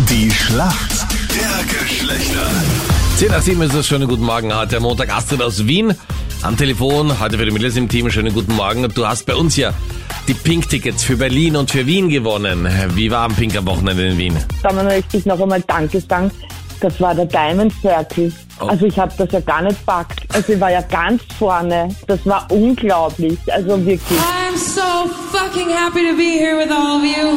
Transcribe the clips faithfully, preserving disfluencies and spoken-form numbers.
Die Schlacht der Geschlechter. zehn nach sieben ist es. Schönen guten Morgen. Heute Montag. Astrid aus Wien am Telefon. Heute für die Mädels im Team. Schönen guten Morgen. Du hast bei uns ja die Pink-Tickets für Berlin und für Wien gewonnen. Wie war am Pink am Wochenende in Wien? Da möchte ich noch einmal Danke sagen. Das war der Diamond Circle. Oh. Also ich habe das ja gar nicht packt. Also ich war ja ganz vorne. Das war unglaublich. Also wirklich. I'm so fucking happy to be here with all of you.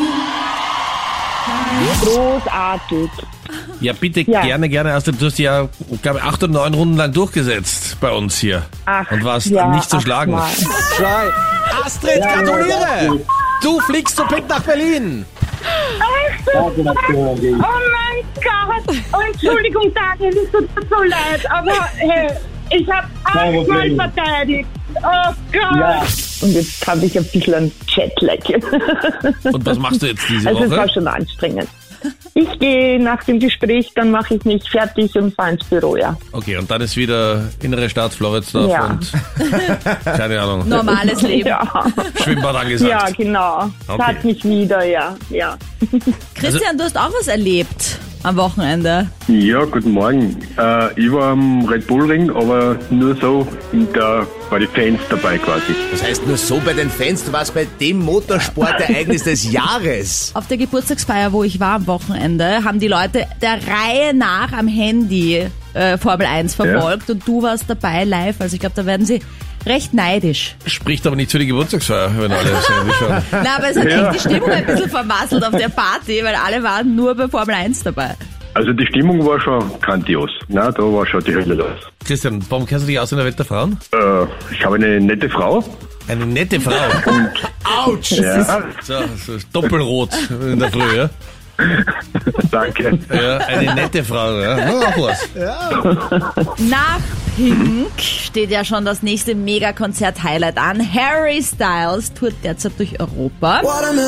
Großartig. Ja, bitte, Ja. gerne, gerne. Astrid, du hast ja, glaube ich, acht oder neun Runden lang durchgesetzt bei uns hier. Ach, Und warst ja, nicht zu schlagen. achtmal. Schei. Astrid, gratuliere! Du fliegst zu Pink nach Berlin. Oh mein Gott! Oh, Entschuldigung, Daniel, es tut mir so leid, aber hey, ich habe achtmal verteidigt. Oh Gott! Und jetzt habe ich ein bisschen einen Jetlag. Und was machst du jetzt diese Also es war Woche? schon anstrengend. Ich gehe nach dem Gespräch, dann mache ich mich fertig und fahre ins Büro, ja. Okay, und dann ist wieder innere Stadt, Floridsdorf Ja. und keine Ahnung, Normales Leben. Ja, Schwimmbad angesagt. ja genau. Okay. Das hat mich wieder, ja. ja. Christian, du hast auch was erlebt am Wochenende. Ja, guten Morgen. Äh, ich war am Red Bull Ring, aber nur so, da war die Fans dabei quasi. Das heißt nur so bei den Fans, du warst bei dem Motorsportereignis des Jahres. Auf der Geburtstagsfeier, wo ich war am Wochenende, haben die Leute der Reihe nach am Handy äh, Formel eins verfolgt und du warst dabei live. Also ich glaube, da werden sie recht neidisch. Spricht aber nicht für die Geburtstagsfeier, wenn alle das Handy schauen. Na, aber es hat Ja. echt die Stimmung ein bisschen vermasselt auf der Party, weil alle waren nur bei Formel eins dabei. Also die Stimmung war schon grandios. Na, da war schon die Hölle los. Christian, warum kennst du dich aus in der Welt der Frauen? Äh, ich habe eine nette Frau. Eine nette Frau. Autsch! Ja, So, so doppelrot in der Früh, ja? danke. Ja, eine nette Frau, ja. Na, auch was. Nach Pink steht ja schon das nächste Mega-Konzert-Highlight an. Harry Styles tourt derzeit durch Europa.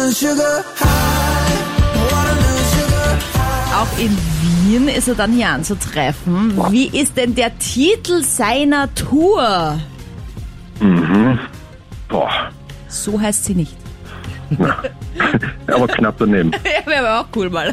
Auch in Wien ist er dann hier anzutreffen. Wie ist denn der Titel seiner Tour? Boah, So heißt sie nicht. aber knapp daneben. Ja, wäre aber auch cool mal.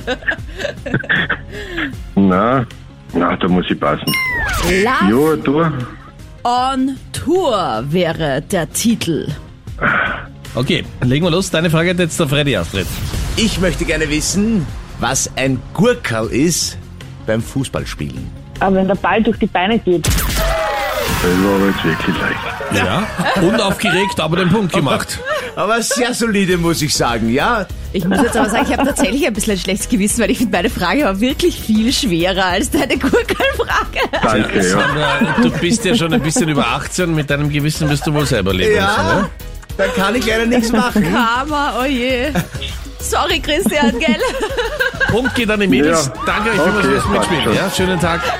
Na, na, da muss ich passen. Love Ja, du. on Tour wäre der Titel. Okay, legen wir los. Deine Frage hat jetzt der Freddy, Astrid. Ich möchte gerne wissen, was ein Gurkerl ist beim Fußballspielen. Aber wenn der Ball durch die Beine geht, Das war aber jetzt wirklich leicht. Ja, unaufgeregt, aber den Punkt gemacht. Aber sehr solide, muss ich sagen, ja? Ich muss jetzt aber sagen, ich habe tatsächlich ein bisschen ein schlechtes Gewissen, weil ich finde, meine Frage war wirklich viel schwerer als deine Gurkelfrage. Danke, ja. Aber du bist ja schon ein bisschen über achtzehn, mit deinem Gewissen wirst du wohl selber leben müssen, Ja, ne? da kann ich leider nichts machen. Karma, oh je. Sorry, Christian, gell? Punkt geht an die Mädels. Ja. Danke euch, für Okay, das Mitspielen. passt schon. Ja, schönen Tag.